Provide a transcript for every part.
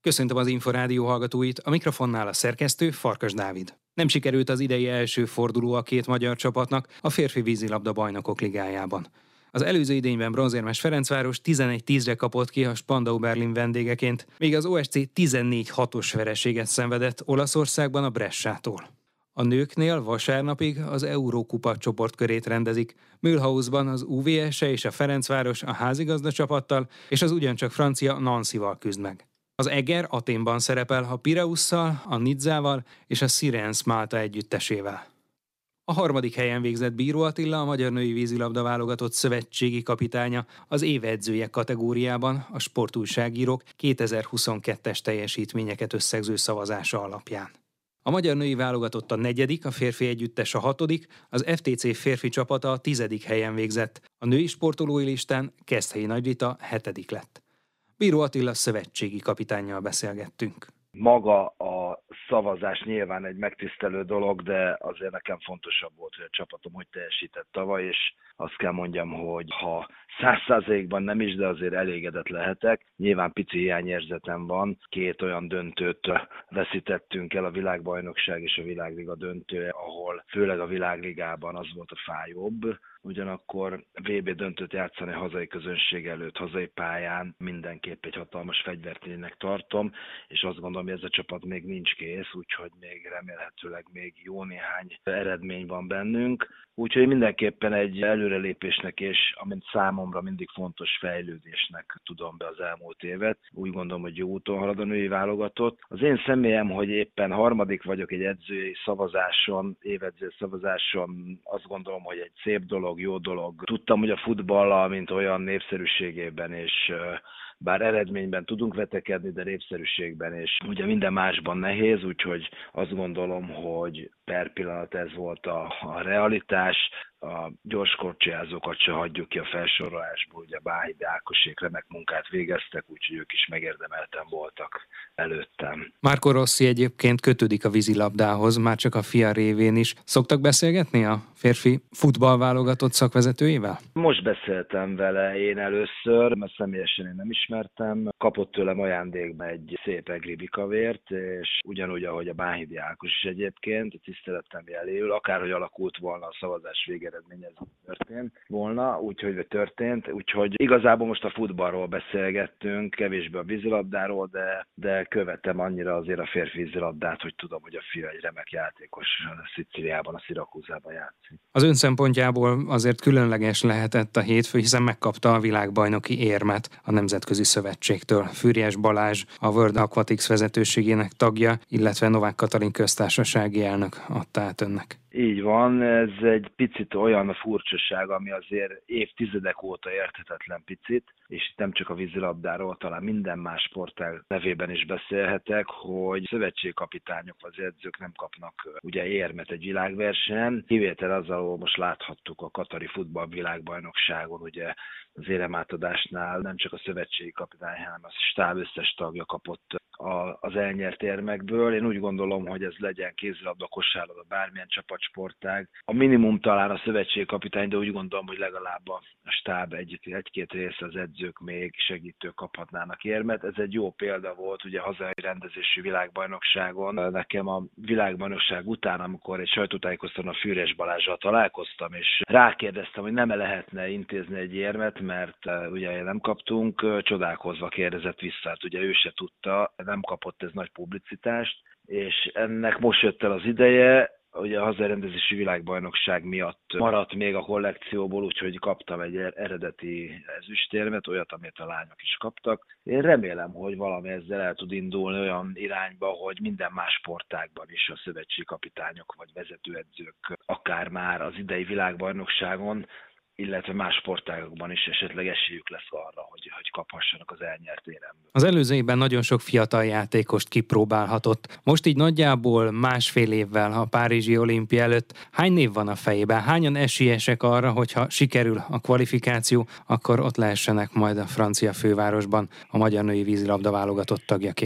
Köszöntöm az Inforádió hallgatóit, a mikrofonnál a szerkesztő Farkas Dávid. Nem sikerült az idei első forduló a két magyar csapatnak a férfi vízilabda bajnokok ligájában. Az előző idényben bronzérmes Ferencváros 11-10-re kapott ki a Spandau Berlin vendégeként, míg az OSC 14-6-os vereséget szenvedett Olaszországban a Bressától. A nőknél vasárnapig az Eurókupa csoportkörét rendezik. Mühlhausban az UVS-e és a Ferencváros a házigazda csapattal és az ugyancsak francia Nancy-val küzd meg. Az Eger Athénban szerepel a Pireusszal, a Nizzával és a Sirens Málta együttesével. A harmadik helyen végzett Bíró Attila, a magyar női vízilabda válogatott szövetségi kapitánya az év edzője kategóriában a sportújságírók 2022-es teljesítményeket összegző szavazása alapján. A magyar női válogatott a negyedik, a férfi együttes a hatodik, az FTC férfi csapata a 10. helyen végzett. A női sportolói listán Keszthelyi Nagy Rita 7. lett. Bíró Attila szövetségi kapitánnyal beszélgettünk. Maga a szavazás nyilván egy megtisztelő dolog, de azért nekem fontosabb volt, hogy a csapatom hogy teljesített tavaly, és azt kell mondjam, hogy ha 100%-ban nem is, de azért elégedett lehetek. Nyilván pici hiányérzetem van, 2 olyan döntőt veszítettünk el, a világbajnokság és a világliga döntője, ahol főleg a világligában az volt a fájóbb. Ugyanakkor VB döntőt játszani hazai közönség előtt, hazai pályán mindenképp egy hatalmas fegyverténynek tartom, és azt gondolom, hogy ez a csapat még nincs kész, úgyhogy még remélhetőleg még jó néhány eredmény van bennünk. Úgyhogy mindenképpen egy előrelépésnek és, amint számomra mindig fontos fejlődésnek tudom be az elmúlt évet. Úgy gondolom, hogy jó úton halad a női válogatott. Az én személyem, hogy éppen harmadik vagyok egy edzői szavazáson, évedző szavazáson, azt gondolom, hogy egy szép dolog, jó dolog. Tudtam, hogy a futballal, mint olyan népszerűségében és bár eredményben tudunk vetekedni, de népszerűségben és ugye minden másban nehéz, úgyhogy azt gondolom, hogy per pillanat ez volt a realitás. A gyorskorcsolyázókat se hagyjuk ki a felsorolásból, ugye Báhidi Ákosék remek munkát végeztek, úgyhogy ők is megérdemelten voltak előttem. Marco Rossi egyébként kötődik a vízilabdához, már csak a fia révén is. Szoktak beszélgetni a férfi futballválogatott szakvezetőjével? Most beszéltem vele én először, mert személyesen én nem ismertem. Kapott tőlem ajándékba egy szép egri bikavért, és ugyanúgy, ahogy a Báhidi Ákos is egyébként, tiszteletem jeléül, akárhogy alakult volna a szavazás végeredménye, ez történt, úgyhogy igazából most a futballról beszélgettünk, kevésbé a vízilabdáról, de követem annyira azért a férfi vízilabdát, hogy tudom, hogy a fia egy remek játékos a Szicíliában, a Szirakúzában játszik. Az ön szempontjából azért különleges lehetett a hétfő, hiszen megkapta a világbajnoki érmet a Nemzetközi Szövetségtől. Fűrjes Balázs, a World Aquatics vezetőségének tagja, illetve Novák Katalin köztársasági elnök adta át önnek. Így van, ez egy picit olyan furcsaság, ami azért évtizedek óta érthetetlen picit, és itt nem csak a vízilabdáról, talán minden más sportág nevében is beszélhetek, hogy szövetségkapitányok vagy edzők nem kapnak ugye érmet egy világversenyen. Kivétel az, ahol most láthattuk a katari futballvilágbajnokságon, ugye az éremátadásnál nem csak a szövetségi kapitány, hanem a stáb összes tagja kapott az elnyert érmekből. Én úgy gondolom, hogy ez legyen kézilabda, kosárlabda, bármilyen csapatsportág. A minimum talán a szövetségi kapitány, de úgy gondolom, hogy legalább a stáb egy-két része, az edzők még segítők kaphatnának érmet. Ez egy jó példa volt, ugye hazai rendezésű világbajnokságon. Nekem a világbajnokság után, amikor egy sajtótájékoztatón a Fűrjes Balázsral találkoztam, és rákérdeztem, hogy nem lehetne intézni egy érmet, mert ugye nem kaptunk, csodálkozva kérdezett vissza, hát ugye ő se tudta, nem kapott ez nagy publicitást, és ennek most jött el az ideje, ugye a hazarendezési világbajnokság miatt maradt még a kollekcióból, úgyhogy kaptam egy eredeti ezüstérmet, olyat, amit a lányok is kaptak. Én remélem, hogy valami ezzel el tud indulni olyan irányba, hogy minden más sportágban is a szövetségi kapitányok vagy vezetőedzők, akár már az idei világbajnokságon, illetve más sportágokban is esetleg esélyük lesz arra, hogy kaphassanak az elnyert éremből. Az előző évben nagyon sok fiatal játékost kipróbálhatott. Most így nagyjából másfél évvel a Párizsi olimpia előtt hány név van a fejében? Hányan esélyesek arra, hogyha sikerül a kvalifikáció, akkor ott lehessenek majd a francia fővárosban a magyar női vízilabda válogatott tagjaként?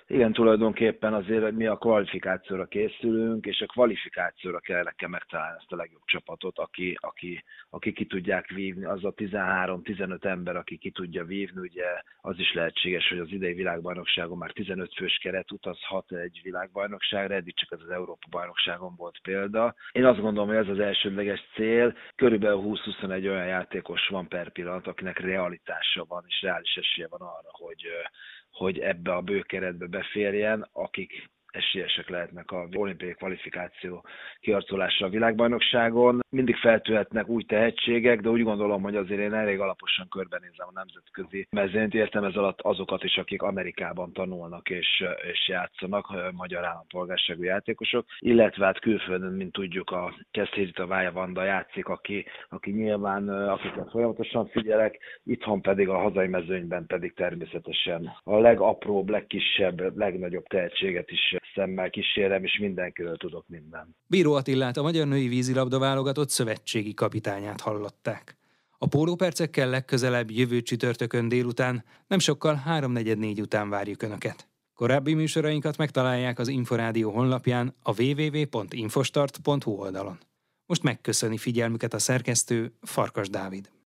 Igen, tulajdonképpen azért mi a kvalifikációra készülünk, és a kvalifikációra kell megtalálni ezt a legjobb csapatot, aki ki tudják vívni, az a 13-15 ember, aki ki tudja vívni, ugye az is lehetséges, hogy az idei világbajnokságon már 15 fős keret utazhat egy világbajnokságra, eddig csak ez az Európa-bajnokságon volt példa. Én azt gondolom, hogy ez az elsődleges cél, körülbelül 20-21 olyan játékos van per pillanat, akinek realitása van, és reális esélye van arra, hogy ebbe a bő keretbe beférjen, akik esélyesek lehetnek a olimpiai kvalifikáció kiharcolásra a világbajnokságon. Mindig feltűnhetnek új tehetségek, de úgy gondolom, hogy azért én elég alaposan körbenézem a nemzetközi mezőnyt. Értem ez alatt azokat is, akik Amerikában tanulnak és játszanak, magyar állampolgárságú játékosok, illetve hát külföldön, mint tudjuk, a Keszthelyzit, a Vája Vanda játszik, aki nyilván, akiket folyamatosan figyelek, itthon pedig a hazai mezőnyben pedig természetesen a legapróbb, legkisebb, legnagyobb tehetséget is szemmel kísérem, és mindenkiről tudok mindent. Bíró Attilát, a magyar női vízilabda válogatott szövetségi kapitányát hallották. A pólópercekkel legközelebb jövő csütörtökön délután, nem sokkal 3:44 után várjuk Önöket. Korábbi műsorainkat megtalálják az Inforádió honlapján, a www.infostart.hu oldalon. Most megköszöni figyelmüket a szerkesztő, Farkas Dávid.